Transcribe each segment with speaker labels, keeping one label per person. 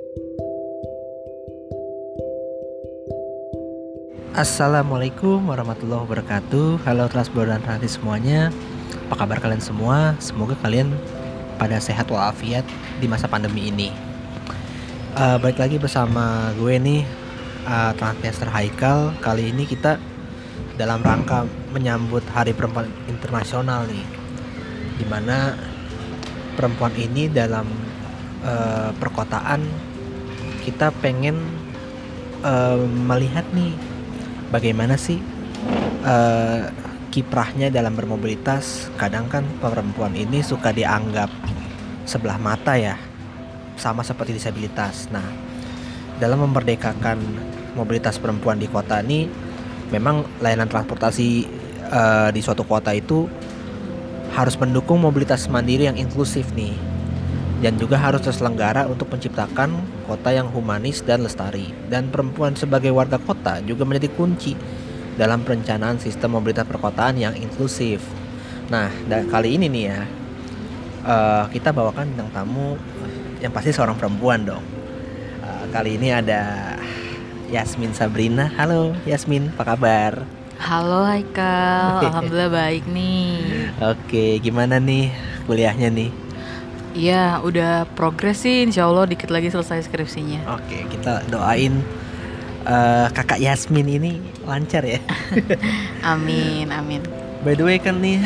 Speaker 1: Assalamualaikum warahmatullahi wabarakatuh. Halo Transbro dan Ranti semuanya. Apa kabar kalian semua? Semoga kalian pada sehat walafiat di masa pandemi ini. Balik lagi bersama gue nih, Transcaster Haikal. Kali ini kita dalam rangka menyambut Hari Perempuan Internasional nih, dimana perempuan ini dalam perkotaan kita pengen melihat nih bagaimana sih kiprahnya dalam bermobilitas. Kadang kan perempuan ini suka dianggap sebelah mata ya, sama seperti disabilitas. Nah, dalam memerdekakan mobilitas perempuan di kota ini, memang layanan transportasi di suatu kota itu harus mendukung mobilitas mandiri yang inklusif nih, dan juga harus terselenggara untuk menciptakan kota yang humanis dan lestari. Dan perempuan sebagai warga kota juga menjadi kunci dalam perencanaan sistem mobilitas perkotaan yang inklusif. Nah, kali ini nih ya, kita bawakan bintang tamu yang pasti seorang perempuan dong. Kali ini ada Yasmin Sabrina. Halo Yasmin, apa kabar?
Speaker 2: Halo Haikal, alhamdulillah baik nih.
Speaker 1: Oke, gimana nih kuliahnya nih?
Speaker 2: Iya, udah progres sih, insya Allah dikit lagi selesai skripsinya.
Speaker 1: Oke, kita doain kakak Yasmin ini lancar ya.
Speaker 2: Amin, amin.
Speaker 1: By the way kan nih,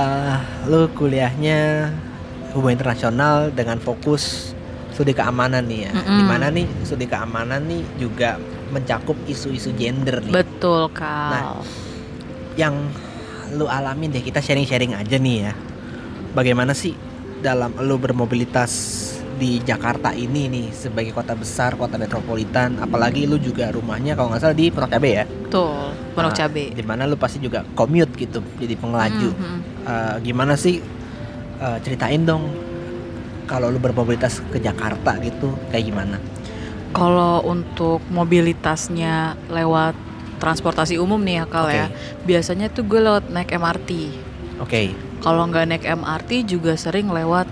Speaker 1: lu kuliahnya hubungan internasional dengan fokus studi keamanan nih ya. Dimana nih studi keamanan nih juga mencakup isu-isu gender nih.
Speaker 2: Betul Kal.
Speaker 1: Nah, yang lu alamin deh, kita sharing-sharing aja nih ya. Bagaimana sih dalam lu bermobilitas di Jakarta ini nih, sebagai kota besar, kota metropolitan, apalagi lu juga rumahnya kalau nggak salah di Pondok Cabe ya.
Speaker 2: Betul, Pondok Cabe.
Speaker 1: Dimana lu pasti juga commute gitu, jadi pengelaju. Gimana sih, ceritain dong kalau lu bermobilitas ke Jakarta gitu, kayak gimana?
Speaker 2: Kalau untuk mobilitasnya lewat transportasi umum nih ya Kal ya, biasanya tuh gue lewat naik MRT.
Speaker 1: Oke.
Speaker 2: Kalau nggak naik MRT juga sering lewat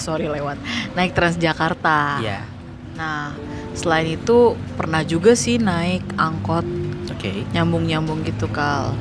Speaker 2: naik Transjakarta.
Speaker 1: Iya.
Speaker 2: Nah, selain itu pernah juga sih naik angkot.
Speaker 1: Oke.
Speaker 2: Nyambung-nyambung gitu Kal.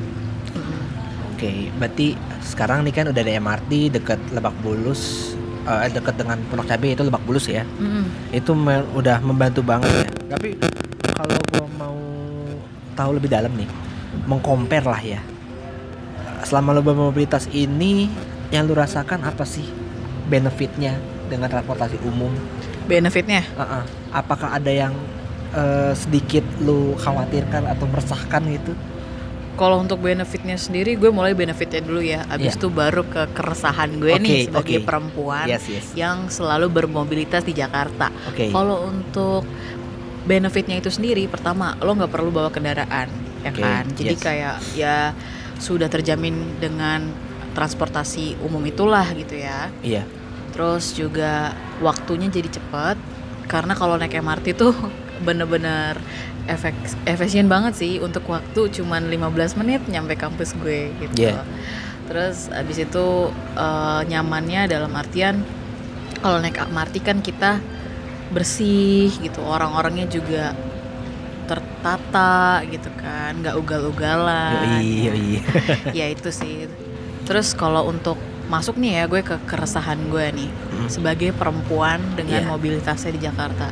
Speaker 1: Oke, berarti sekarang nih kan udah ada MRT dekat Lebak Bulus, dekat dengan Pondok Cabe itu Lebak Bulus ya. Itu udah membantu banget ya. Tapi kalau gua mau tahu lebih dalam nih, mengcompare lah ya, selama lo bermobilitas ini yang lu rasakan apa sih benefitnya dengan transportasi umum?
Speaker 2: Benefitnya?
Speaker 1: Apakah ada yang sedikit lu khawatirkan atau meresahkan gitu?
Speaker 2: Kalau untuk benefitnya sendiri, gue mulai benefitnya dulu ya. Abis itu baru ke keresahan gue nih sebagai perempuan yang selalu bermobilitas di Jakarta. Kalau untuk benefitnya itu sendiri, pertama lo nggak perlu bawa kendaraan, ya kan? Jadi kayak ya sudah terjamin dengan transportasi umum itulah gitu ya. Iya. Terus juga waktunya jadi cepat, karena kalau naik MRT tuh bener-bener efisien banget sih. Untuk waktu cuman 15 menit nyampe kampus gue gitu. Terus abis itu nyamannya dalam artian kalau naik MRT kan kita bersih gitu, orang-orangnya juga tertata gitu kan, nggak ugal-ugalan. Ya itu sih. Terus kalau untuk masuk nih ya, gue ke keresahan gue nih sebagai perempuan dengan mobilitasnya di Jakarta.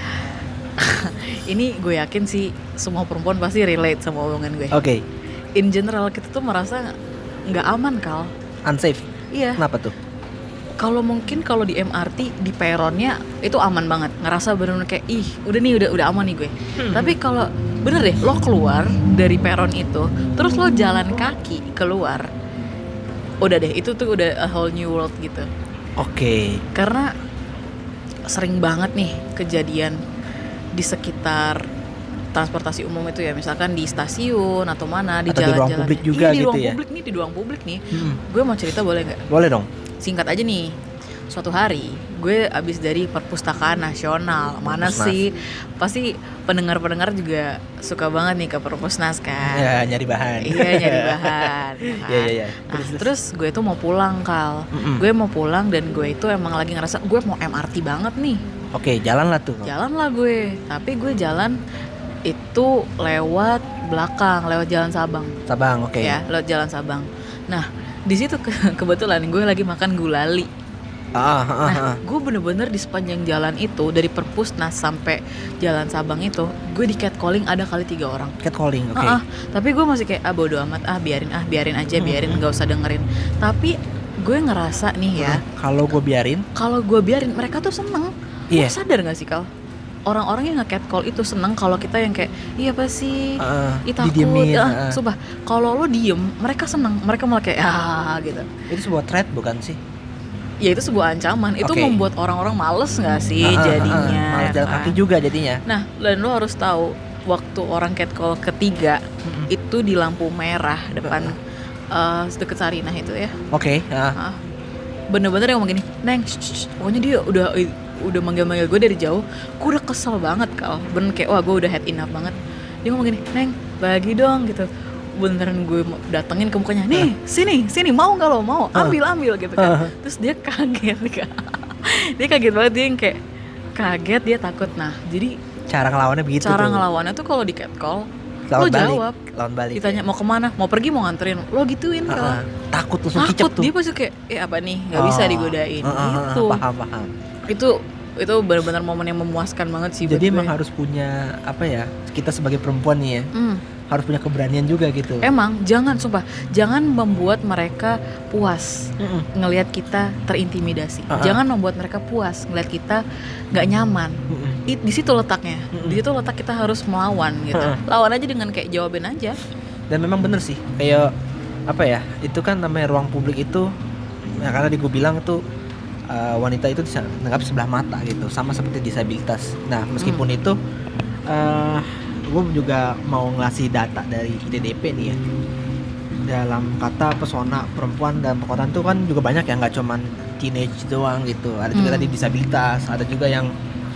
Speaker 2: Ini gue yakin sih semua perempuan pasti relate sama omongan gue. In general kita tuh merasa nggak aman Kal.
Speaker 1: Unsafe?
Speaker 2: Iya.
Speaker 1: Kenapa tuh?
Speaker 2: Kalau mungkin kalau di MRT di peronnya itu aman banget, ngerasa bener-bener kayak udah aman nih gue. Tapi kalau bener deh lo keluar dari peron itu, terus lo jalan kaki keluar, udah deh itu tuh udah a whole new world gitu. Karena sering banget nih kejadian di sekitar transportasi umum itu ya, misalkan di stasiun atau mana, di jalan-jalan.
Speaker 1: Di ruang publik juga gitu ya.
Speaker 2: Di ruang publik nih. Gue mau cerita boleh nggak?
Speaker 1: Boleh dong.
Speaker 2: Singkat aja nih. Suatu hari gue abis dari Perpustakaan Nasional. Mana sih, pasti pendengar-pendengar juga suka banget nih ke Perpusnas kan.
Speaker 1: Ya, nyari bahan.
Speaker 2: Iya, nyari bahan.
Speaker 1: Iya.
Speaker 2: Nah, terus gue tuh mau pulang Kal. Gue mau pulang dan gue itu emang lagi ngerasa gue mau MRT banget nih.
Speaker 1: Oke, jalan lah tuh.
Speaker 2: Jalan lah gue, tapi gue jalan itu lewat belakang, lewat Jalan Sabang.
Speaker 1: Sabang, oke.
Speaker 2: Ya, lewat Jalan Sabang. Nah, di situ kebetulan gue lagi makan gulali. Nah, gue bener-bener di sepanjang jalan itu dari Perpusnas sampai Jalan Sabang itu, gue di catcalling ada kali 3 orang.
Speaker 1: Catcalling, oke.
Speaker 2: Tapi gue masih kayak bodo amat, biarin aja, nggak usah dengerin. Tapi gue ngerasa nih ya,
Speaker 1: kalau gue biarin
Speaker 2: mereka tuh seneng. Lo sadar nggak sih, Kal? Orang-orang yang nge-catcall itu seneng kalau kita yang kayak iya apa sih, takut. Sumpah, kalau lo diem, mereka seneng, mereka malah kayak gitu.
Speaker 1: Itu sebuah threat bukan sih?
Speaker 2: Ya itu sebuah ancaman, itu membuat orang-orang males nggak sih jadinya?
Speaker 1: Males jalan kaki juga jadinya.
Speaker 2: Nah, dan lo harus tahu waktu orang catcall ketiga itu di lampu merah depan deket Sarinah itu ya. Bener-bener yang ngomong gini, Neng, pokoknya dia udah manggil-manggil gue dari jauh. Gue udah kesel banget, Kal. Bener kayak wah gue udah had enough banget. Dia ngomong gini, Neng, bagi dong gitu. Beneran gue datengin ke mukanya, nih sini mau nggak lo, mau ambil gitu kan. Terus dia kaget kan. Dia kaget banget, dia yang kayak kaget, dia takut. Nah jadi
Speaker 1: cara ngelawannya begitu.
Speaker 2: Cara ngelawannya tuh kalau di catcall lo jawab,
Speaker 1: lawan balik.
Speaker 2: Ditanya mau kemana, mau pergi, mau nganterin, lo gituin kan.
Speaker 1: Takut langsung kicep tuh.
Speaker 2: Dia pasti kayak apa nih, nggak bisa digodain gitu.
Speaker 1: Paham.
Speaker 2: Itu benar-benar momen yang memuaskan banget sih.
Speaker 1: Jadi emang harus punya apa ya, kita sebagai perempuan nih ya, harus punya keberanian juga gitu.
Speaker 2: Emang jangan membuat mereka puas ngelihat kita terintimidasi. Jangan membuat mereka puas ngelihat kita nggak nyaman. Di situ letaknya. Di situ letak kita harus melawan gitu. Lawan aja dengan kayak jawabin aja.
Speaker 1: Dan memang bener sih, kayak apa ya, itu kan namanya ruang publik itu ya, karena gue bilang tuh wanita itu bisa menganggap sebelah mata gitu, sama seperti disabilitas. Nah meskipun itu gue juga mau ngasih data dari ITDP nih ya. Dalam kata pesona perempuan dalam perkotaan tuh kan juga banyak ya, nggak cuman teenage doang gitu. Ada juga tadi disabilitas, ada juga yang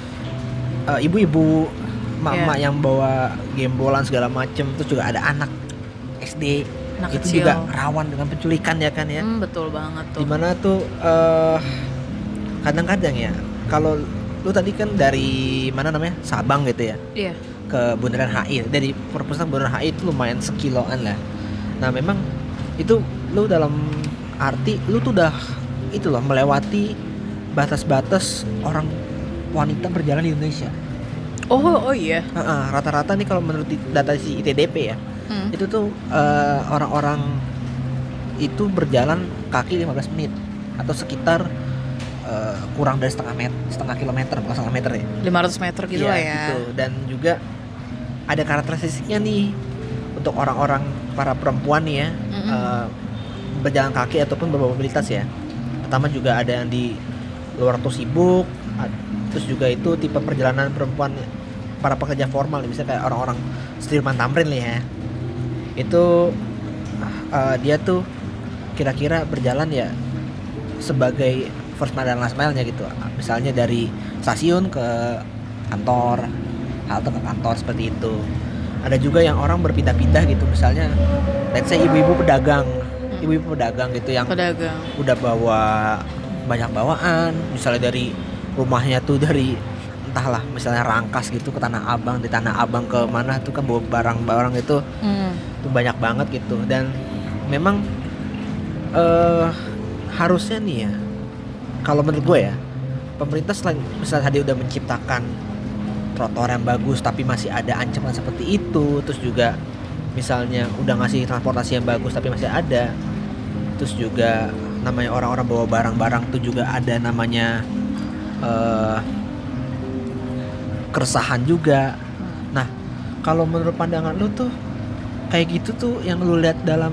Speaker 1: ibu-ibu, mama yang bawa gembolan segala macem. Terus juga ada anak SD, anak itu kecil juga rawan dengan penculikan ya kan ya.
Speaker 2: Betul banget tuh.
Speaker 1: Dimana tuh kadang-kadang ya, kalau lu tadi kan dari mana namanya, Sabang gitu ya.
Speaker 2: Iya.
Speaker 1: Ke Bundaran HI, dari Perpusnas Bundaran HI itu lumayan sekiloan lah. Nah memang itu lu dalam arti lu tuh udah itu loh, melewati batas-batas orang wanita berjalan di Indonesia.
Speaker 2: Oh iya.
Speaker 1: Rata-rata nih kalau menurut data si ITDP ya, itu tuh orang-orang itu berjalan kaki 15 menit atau sekitar kurang dari setengah kilometer, bukan setengah meter ya,
Speaker 2: 500 meter gitu lah ya
Speaker 1: gitu. Dan juga ada karakteristiknya nih untuk orang-orang para perempuan nih ya, berjalan kaki ataupun bermobilitas ya. Pertama juga ada yang di luar waktu sibuk, terus juga itu tipe perjalanan perempuan para pekerja formal, misalnya kayak orang-orang Sudirman Tamrin nih ya. Itu dia tuh kira-kira berjalan ya sebagai first mile dan last mile-nya gitu. Misalnya dari stasiun ke kantor, halte ke kantor, seperti itu. Ada juga yang orang berpindah-pindah gitu, misalnya let's say ibu-ibu pedagang gitu yang udah bawa banyak bawaan, misalnya dari rumahnya tuh dari entahlah misalnya Rangkas gitu ke Tanah Abang, di Tanah Abang ke mana tuh kan bawa barang-barang itu tuh banyak banget gitu. Dan memang harusnya nih ya, kalau menurut gue ya, pemerintah selain misalnya tadi udah menciptakan trotoar yang bagus tapi masih ada ancaman seperti itu, terus juga misalnya udah ngasih transportasi yang bagus tapi masih ada, terus juga namanya orang-orang bawa barang-barang tuh juga ada namanya keresahan juga. Nah kalau menurut pandangan lu tuh kayak gitu tuh yang lu lihat dalam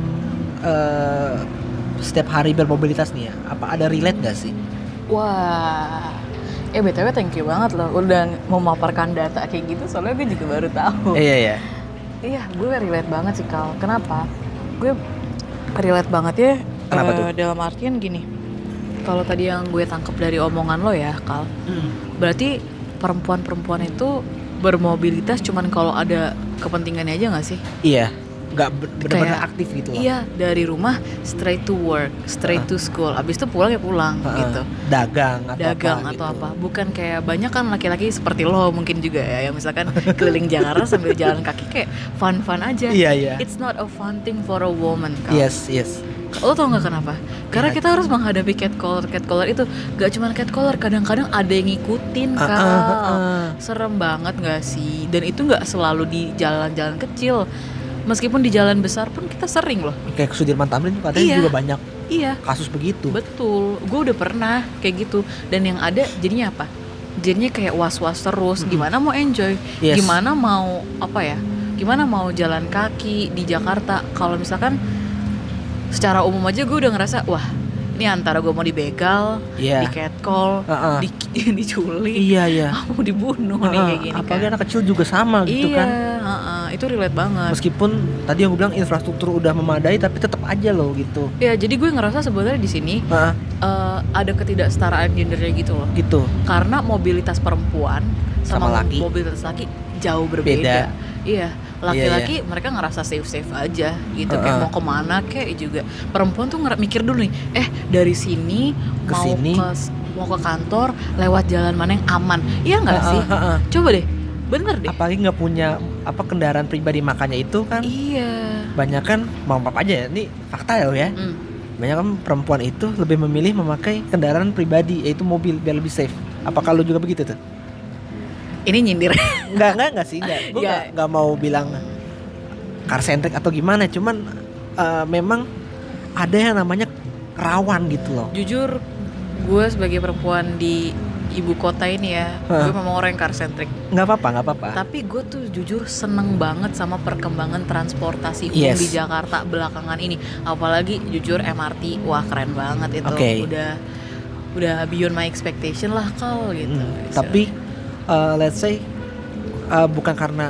Speaker 1: setiap hari bermobilitas nih ya, apa ada relate gak sih?
Speaker 2: Wah, BTW thank you banget loh udah memaparkan data kayak gitu, soalnya gue juga baru tahu. Iya, gue relate banget sih, Kal. Kenapa? Gue relate banget ya. Kenapa tuh? Dalam artian gini, kalau tadi yang gue tangkap dari omongan lo ya, Kal, berarti perempuan-perempuan itu bermobilitas cuman kalau ada kepentingannya aja nggak sih?
Speaker 1: Iya, nggak benar-benar aktif gitu loh.
Speaker 2: Iya, dari rumah straight to work, straight to school. Abis itu pulang ya pulang gitu.
Speaker 1: Dagang
Speaker 2: atau apa. Bukan kayak banyak kan laki-laki seperti lo mungkin juga ya, yang misalkan keliling Jakarta sambil jalan kaki kayak fun-fun aja.
Speaker 1: Iya.
Speaker 2: It's not a fun thing for a woman kan.
Speaker 1: Yes.
Speaker 2: Lo tau gak kenapa? Karena kita harus menghadapi catcaller itu. Gak cuma catcaller, kadang-kadang ada yang ngikutin serem banget gak sih? Dan itu gak selalu di jalan-jalan kecil. Meskipun di jalan besar pun kita sering loh.
Speaker 1: Kayak Sudirman Tamrin tuh katanya juga banyak kasus begitu.
Speaker 2: Betul, gue udah pernah kayak gitu. Dan yang ada jadinya apa? Jadinya kayak was-was terus. Gimana mau enjoy? Gimana mau Gimana mau jalan kaki di Jakarta? Kalau misalkan secara umum aja gue udah ngerasa wah, ini antara gue mau dibegal, di catcall, diculik, mau dibunuh nih kayak gini.
Speaker 1: Apalagi anak kecil juga sama gitu kan.
Speaker 2: Itu relate banget.
Speaker 1: Meskipun tadi yang gue bilang infrastruktur udah memadai, tapi tetap aja loh gitu.
Speaker 2: Ya, jadi gue ngerasa sebenarnya di sini ada ketidaksetaraan gendernya gitu loh.
Speaker 1: Gitu.
Speaker 2: Karena mobilitas perempuan sama
Speaker 1: laki.
Speaker 2: mobilitas laki jauh berbeda. Iya. Laki-laki mereka ngerasa safe aja gitu, kayak mau kemana kayak juga. Perempuan tuh mikir dulu nih, dari sini mau ke kantor lewat jalan mana yang aman, iya nggak sih? Coba deh, bener deh.
Speaker 1: Apalagi nggak punya kendaraan pribadi, makanya itu kan.
Speaker 2: Iya.
Speaker 1: Banyak kan mau apa aja ya, ini fakta ya. Banyak kan perempuan itu lebih memilih memakai kendaraan pribadi, yaitu mobil, biar lebih safe. Apakah lu juga begitu tuh?
Speaker 2: Ini nyindir.
Speaker 1: Enggak sih, gue enggak mau bilang car centric atau gimana, cuman memang ada yang namanya rawan gitu loh.
Speaker 2: Jujur, gue sebagai perempuan di ibu kota ini ya, gue memang orang yang car centric.
Speaker 1: Nggak apa-apa.
Speaker 2: Tapi gue tuh jujur seneng banget sama perkembangan transportasi umum di Jakarta belakangan ini. Apalagi jujur MRT, wah keren banget itu. Udah beyond my expectation lah Kal gitu.
Speaker 1: Tapi let's say bukan karena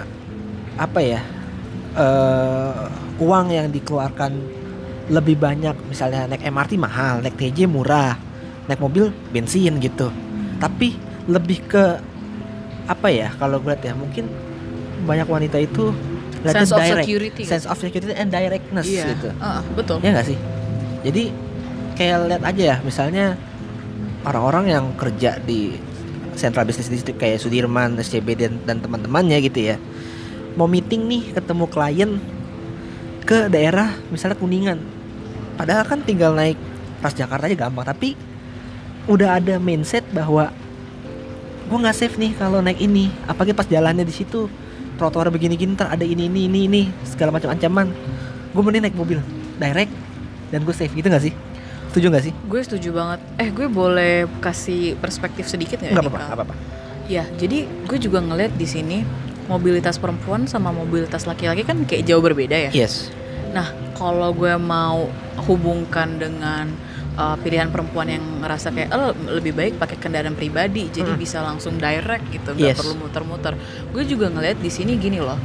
Speaker 1: uang yang dikeluarkan lebih banyak, misalnya naik MRT mahal, naik TJ murah, naik mobil bensin gitu. Tapi lebih ke kalau gue lihat ya, mungkin banyak wanita itu
Speaker 2: sense of
Speaker 1: security and directness gitu.
Speaker 2: Betul.
Speaker 1: Ya nggak sih? Jadi kayak lihat aja ya, misalnya orang-orang yang kerja di Central Business District kayak Sudirman, SCB dan teman-temannya gitu ya, mau meeting nih, ketemu klien ke daerah misalnya Kuningan, padahal kan tinggal naik Transjakarta aja gampang, tapi udah ada mindset bahwa gue nggak safe nih kalau naik ini, apalagi pas jalannya di situ trotoar begini-gini, ntar ada ini segala macam ancaman, gue mending naik mobil direct dan gue safe gitu nggak sih? Setuju gak sih?
Speaker 2: Gue setuju banget. Gue boleh kasih perspektif sedikit nggak?
Speaker 1: Nggak apa-apa.
Speaker 2: Ya, jadi gue juga ngeliat di sini mobilitas perempuan sama mobilitas laki-laki kan kayak jauh berbeda ya.
Speaker 1: Yes.
Speaker 2: Nah, kalau gue mau hubungkan dengan pilihan perempuan yang ngerasa kayak lebih baik pakai kendaraan pribadi, jadi bisa langsung direct gitu, nggak perlu muter-muter. Gue juga ngeliat di sini gini loh,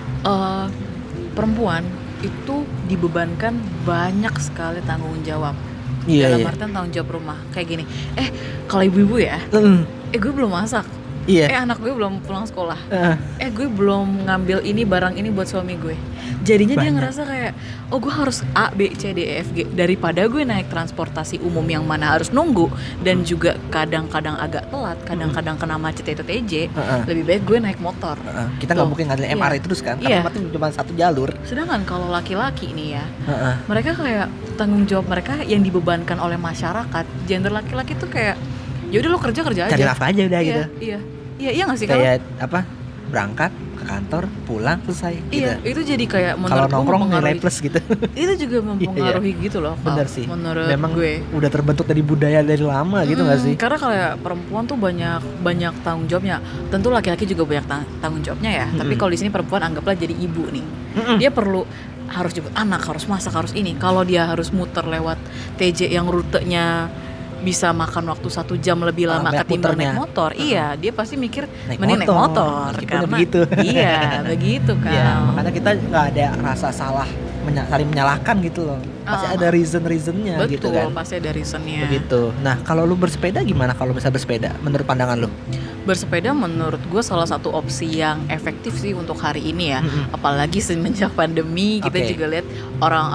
Speaker 2: perempuan itu dibebankan banyak sekali tanggung jawab. Dalam artian tanggung jawab rumah kayak gini. Kalau ibu-ibu ya, gue belum masak. Anak gue belum pulang sekolah. Gue belum ngambil ini barang ini buat suami gue. Jadinya dia ngerasa kayak, gue harus A, B, C, D, E, F, G. Daripada gue naik transportasi umum yang mana harus nunggu dan juga kadang-kadang agak telat, kadang-kadang kena macet itu TJ, lebih baik gue naik motor.
Speaker 1: Kita nggak mungkin ngambil MRT terus kan, karena itu cuma satu jalur.
Speaker 2: Sedangkan kalau laki-laki nih ya, mereka kayak tanggung jawab mereka yang dibebankan oleh masyarakat. Gender laki-laki tuh kayak, yaudah lo kerja aja.
Speaker 1: Cari nafkah aja udah gitu.
Speaker 2: Iya nggak sih?
Speaker 1: Kayak berangkat ke kantor, pulang, selesai.
Speaker 2: Iya, gitu. Itu jadi kayak
Speaker 1: kalau nongkrong nilai plus gitu.
Speaker 2: Itu juga mempengaruhi gitu loh.
Speaker 1: Bener sih.
Speaker 2: Menurut
Speaker 1: memang
Speaker 2: gue
Speaker 1: udah terbentuk dari budaya dari lama gitu nggak sih?
Speaker 2: Karena kayak perempuan tuh banyak tanggung jawabnya. Tentu laki-laki juga banyak tanggung jawabnya ya. Tapi kalau di sini perempuan anggaplah jadi ibu nih. Dia harus jemput anak, harus masak, harus ini. Kalau dia harus muter lewat TJ yang rutenya bisa makan waktu 1 jam lebih lama ketimbang naik motor, dia pasti mikir mending naik motor karena
Speaker 1: begitu.
Speaker 2: Begitu kan.
Speaker 1: Makanya kita nggak ada rasa salah saling menyalahkan gitu loh. Pasti ada reasonnya gitu kan.
Speaker 2: Betul, pasti ada reasonnya.
Speaker 1: Begitu. Nah, kalau lu bersepeda gimana kalau misalnya bersepeda menurut pandangan lu?
Speaker 2: Bersepeda menurut gue salah satu opsi yang efektif sih untuk hari ini ya. Apalagi semenjak pandemi kita juga lihat orang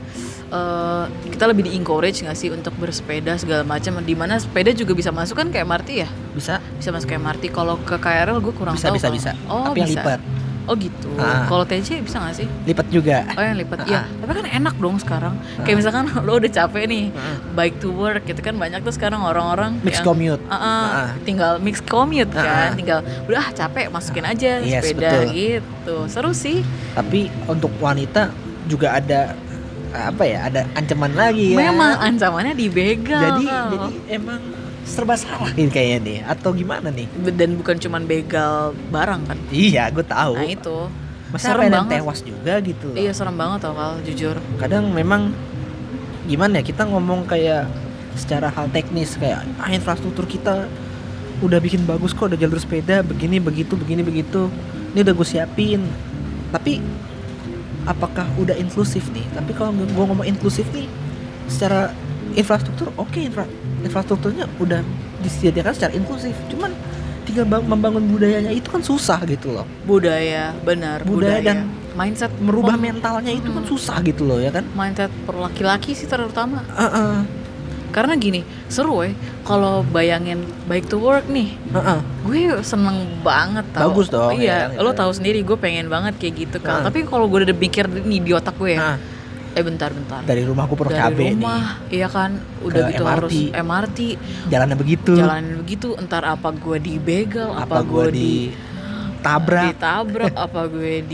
Speaker 2: kita lebih di-encourage nggak sih untuk bersepeda segala macam. Dimana sepeda juga bisa masuk kan ke MRT ya? Bisa masuk ke MRT. Kalau ke KRL gue kurang tahu.
Speaker 1: Bisa.
Speaker 2: Oh,
Speaker 1: tapi yang lipat.
Speaker 2: Oh gitu. Kalau TJ bisa nggak sih?
Speaker 1: Lipat juga.
Speaker 2: Oh yang lipat. Iya. Tapi kan enak dong sekarang. Kayak misalkan lo udah capek nih, bike to work gitu kan banyak tuh sekarang orang-orang
Speaker 1: mix commute.
Speaker 2: Tinggal mix commute kan. Tinggal udah capek masukin aja sepeda gitu. Seru sih.
Speaker 1: Tapi untuk wanita juga ada ada ancaman lagi ya.
Speaker 2: Memang ancamannya dibegal.
Speaker 1: Jadi emang serba salah kayaknya nih atau gimana nih?
Speaker 2: Dan bukan cuma begal barang kan?
Speaker 1: Iya, gue tahu.
Speaker 2: Nah itu.
Speaker 1: Serem banget. Tewas juga gitu loh.
Speaker 2: Iya serem banget tau Kal, jujur.
Speaker 1: Kadang memang gimana ya, kita ngomong kayak secara hal teknis kayak infrastruktur kita udah bikin bagus kok, udah jalur sepeda begini begitu. Ini udah gue siapin. Tapi apakah udah inklusif nih? Tapi kalau gue ngomong inklusif nih secara infrastruktur infrastrukturnya udah disediakan secara inklusif, cuman tinggal membangun budayanya itu kan susah gitu loh.
Speaker 2: Budaya dan
Speaker 1: mindset merubah mentalnya itu kan susah gitu loh ya kan.
Speaker 2: Mindset per laki-laki sih terutama. Karena gini, seru kalau bayangin bike to work nih. Gue seneng banget tau.
Speaker 1: Bagus dong.
Speaker 2: Iya, lo tahu sendiri gue pengen banget kayak gitu kan. Tapi kalau gue udah mikir nih di otak gue bentar.
Speaker 1: Dari rumahku Purwo Cabe nih.
Speaker 2: Iya kan, udah
Speaker 1: ke
Speaker 2: gitu
Speaker 1: MRT.
Speaker 2: harus MRT.
Speaker 1: Jalannya begitu.
Speaker 2: Entar apa gue dibegal,
Speaker 1: apa gue ditabrak,
Speaker 2: apa gue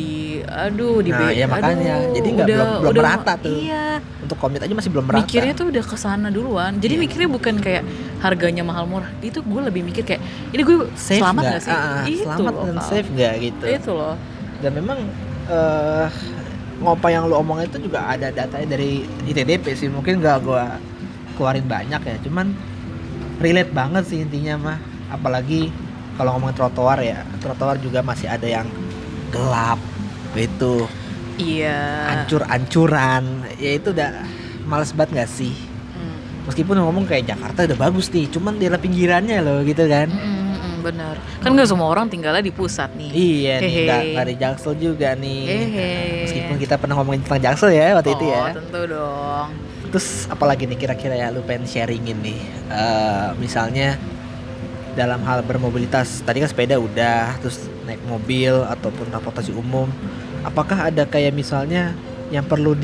Speaker 1: ya makanya. Jadi belum merata tuh.
Speaker 2: Iya.
Speaker 1: Untuk komit aja masih belum merata.
Speaker 2: Mikirnya tuh udah kesana duluan. Jadi mikirnya bukan kayak harganya mahal murah. Itu gue lebih mikir kayak ini gue
Speaker 1: safe
Speaker 2: selamat gak sih?
Speaker 1: Selamat dan safe gak gitu.
Speaker 2: Itu loh.
Speaker 1: Dan memang ngopa yang lu omongin itu juga ada datanya dari ITDP sih, mungkin gak gue keluarin banyak ya, cuman relate banget sih intinya mah. Apalagi kalau ngomongin trotoar juga masih ada yang gelap gitu.
Speaker 2: Iya.
Speaker 1: Ancur-ancuran, ya itu udah males banget gak sih? Meskipun ngomong kayak Jakarta udah bagus nih, cuman di pinggirannya loh gitu kan.
Speaker 2: Benar. Kan gak semua orang tinggalnya di pusat nih.
Speaker 1: Iya nih, gak di Jaksel juga nih. Meskipun kita pernah ngomongin tentang Jaksel ya waktu itu ya.
Speaker 2: Oh tentu dong.
Speaker 1: Terus apalagi nih kira-kira ya lu pengen sharingin nih, misalnya dalam hal bermobilitas. Tadi kan sepeda udah, terus naik mobil ataupun transportasi umum. Apakah ada kayak misalnya yang perlu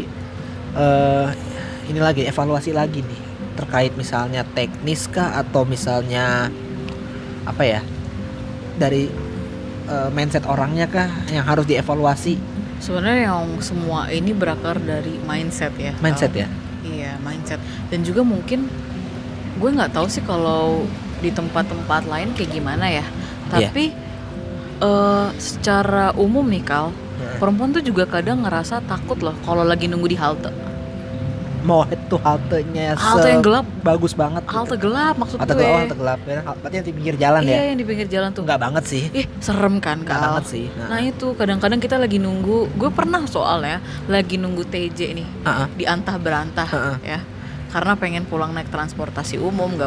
Speaker 1: evaluasi lagi nih terkait misalnya teknis kah, atau misalnya dari mindset orangnya kah yang harus dievaluasi?
Speaker 2: Sebenarnya yang semua ini berakar dari mindset ya. Iya, mindset. Dan juga mungkin gue nggak tahu sih kalau di tempat-tempat lain kayak gimana ya. Tapi secara umum nih Kal, perempuan tuh juga kadang ngerasa takut loh kalau lagi nunggu di halte.
Speaker 1: Mau itu haltenya
Speaker 2: yang gelap,
Speaker 1: bagus banget.
Speaker 2: Halte gelap maksud gue.
Speaker 1: Halte gelap ya. Berarti yang di pinggir jalan ya?
Speaker 2: Iya, yang di pinggir jalan tuh.
Speaker 1: Enggak banget sih.
Speaker 2: Serem kan Kal.
Speaker 1: Enggak banget sih.
Speaker 2: Nah itu kadang-kadang kita lagi nunggu. Gue pernah soalnya lagi nunggu TJ nih di antah berantah ya. Karena pengen pulang naik transportasi umum, nggak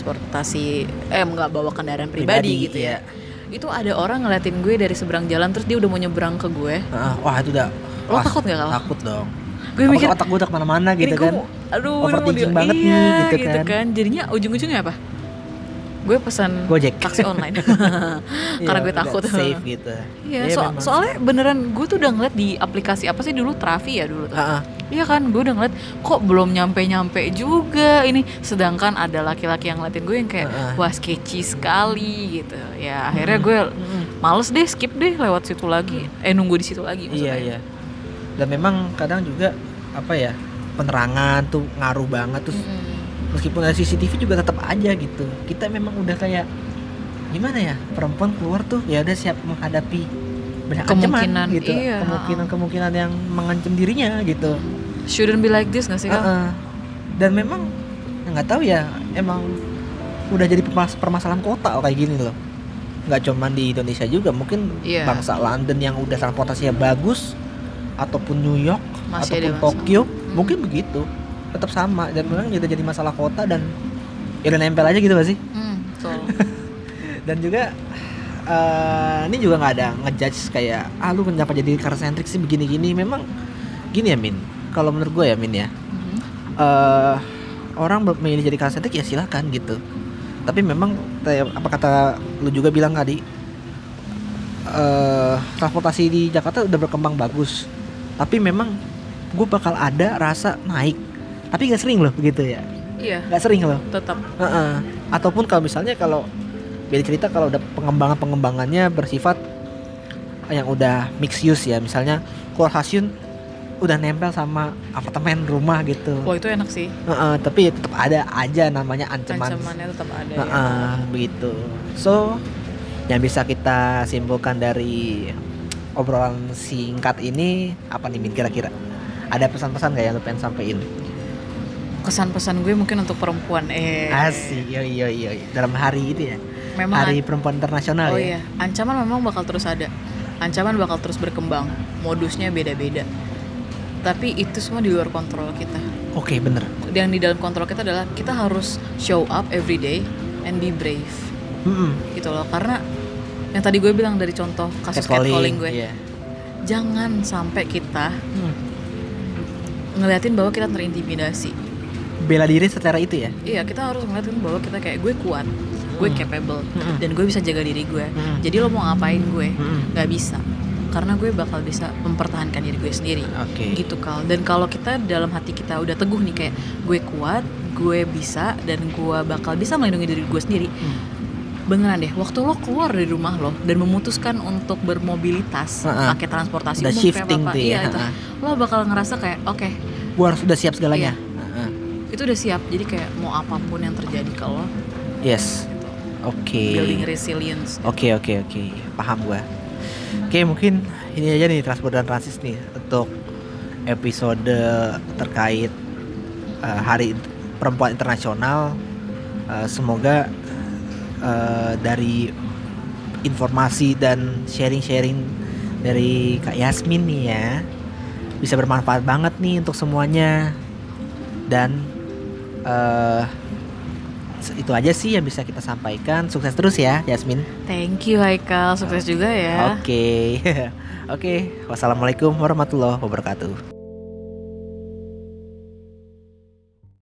Speaker 2: bawa kendaraan pribadi gitu ya. Itu ada orang ngeliatin gue dari seberang jalan, terus dia udah mau nyebrang ke gue.
Speaker 1: Wah itu udah.
Speaker 2: Lo takut nggak Kal?
Speaker 1: Takut dong.
Speaker 2: Gue mikir
Speaker 1: otak gue udah kemana-mana gitu kan. Overthinking banget
Speaker 2: gitu kan. Jadinya ujung-ujungnya apa? Gue pesan
Speaker 1: Gojek,
Speaker 2: taksi online. Karena gue takut.
Speaker 1: Safe gitu.
Speaker 2: Iya, soalnya beneran gue tuh udah ngeliat di aplikasi apa sih dulu, Trafi ya dulu tuh. Iya kan, gue udah ngeliat kok belum nyampe juga ini. Sedangkan ada laki-laki yang ngeliatin gue yang kayak wah sketchy sekali gitu. Ya akhirnya gue males deh, skip deh lewat situ lagi. Nunggu di situ lagi maksudnya.
Speaker 1: Iya. Dan memang kadang juga penerangan tuh ngaruh banget. Terus meskipun ada CCTV juga tetap aja gitu. Kita memang udah kayak gimana ya, perempuan keluar tuh ya udah siap menghadapi banyak
Speaker 2: kemungkinan
Speaker 1: ancaman, gitu. Kemungkinan yang mengancam dirinya gitu.
Speaker 2: Shouldn't be like this nggak sih Kak?
Speaker 1: Dan memang nggak tahu ya, emang udah jadi permasalahan kota kayak gini loh. Nggak cuma di Indonesia juga, mungkin bangsa London yang udah transportasinya bagus, ataupun New York ataupun Tokyo, mungkin begitu, tetap sama dan memang jadi masalah kota dan ya udah nempel aja gitu gak sih? Dan juga ini juga nggak ada ngejudge kayak lu kenapa jadi car centric sih begini-gini. Memang gini ya Min, kalau menurut gue ya Min ya, orang memilih jadi car centric ya silakan gitu. Tapi memang apa kata lu juga bilang tadi, transportasi di Jakarta udah berkembang bagus. Tapi memang gue bakal ada rasa naik, tapi nggak sering loh gitu ya.
Speaker 2: Iya.
Speaker 1: Nggak sering loh.
Speaker 2: Tetap.
Speaker 1: Ataupun kalau misalnya kalau beda cerita kalau udah pengembangannya bersifat yang udah mix use ya, misalnya keluar stasiun udah nempel sama apartemen rumah gitu.
Speaker 2: Wah itu enak sih.
Speaker 1: Tapi tetap ada aja namanya
Speaker 2: ancamannya tetap ada.
Speaker 1: Begitu. So yang bisa kita simpulkan dari obrolan singkat ini apa nih Min, kira-kira ada pesan-pesan gak yang lu pengen sampein?
Speaker 2: Kesan-pesan gue mungkin untuk perempuan.
Speaker 1: Asik, iya. Dalam hari itu ya. Memang Hari Perempuan Internasional.
Speaker 2: Iya, ancaman memang bakal terus ada. Ancaman bakal terus berkembang. Modusnya beda-beda. Tapi itu semua di luar kontrol kita.
Speaker 1: Oke, bener.
Speaker 2: Yang di dalam kontrol kita adalah kita harus show up every day and be brave. Gitu loh. Karena yang tadi gue bilang dari contoh kasus catcalling gue. Yeah. Jangan sampai kita ngeliatin bahwa kita terintimidasi.
Speaker 1: Bela diri secara itu ya?
Speaker 2: Iya, kita harus ngeliatin bahwa kita kayak gue kuat, gue capable, dan gue bisa jaga diri gue. Jadi lo mau ngapain gue? Gak bisa, karena gue bakal bisa mempertahankan diri gue sendiri. Gitu Kal. Dan kalau kita dalam hati kita udah teguh nih kayak gue kuat, gue bisa, dan gue bakal bisa melindungi diri gue sendiri. Beneran deh, waktu lo keluar dari rumah lo dan memutuskan untuk bermobilitas pakai transportasi umum kayak apa, itu, lo bakal ngerasa kayak oke,
Speaker 1: gue harus udah siap segalanya.
Speaker 2: Itu udah siap, jadi kayak mau apapun yang terjadi kalau
Speaker 1: yes gitu.
Speaker 2: Building resilience gitu.
Speaker 1: Oke, paham gue. Mungkin ini aja nih Transport dan Transis nih untuk episode terkait Hari Perempuan Internasional. Semoga dari informasi dan sharing dari Kak Yasmin nih ya bisa bermanfaat banget nih untuk semuanya. Dan itu aja sih yang bisa kita sampaikan. Sukses terus ya Yasmin.
Speaker 2: Thank you Haikal, sukses juga ya.
Speaker 1: Oke. Wassalamualaikum warahmatullahi wabarakatuh.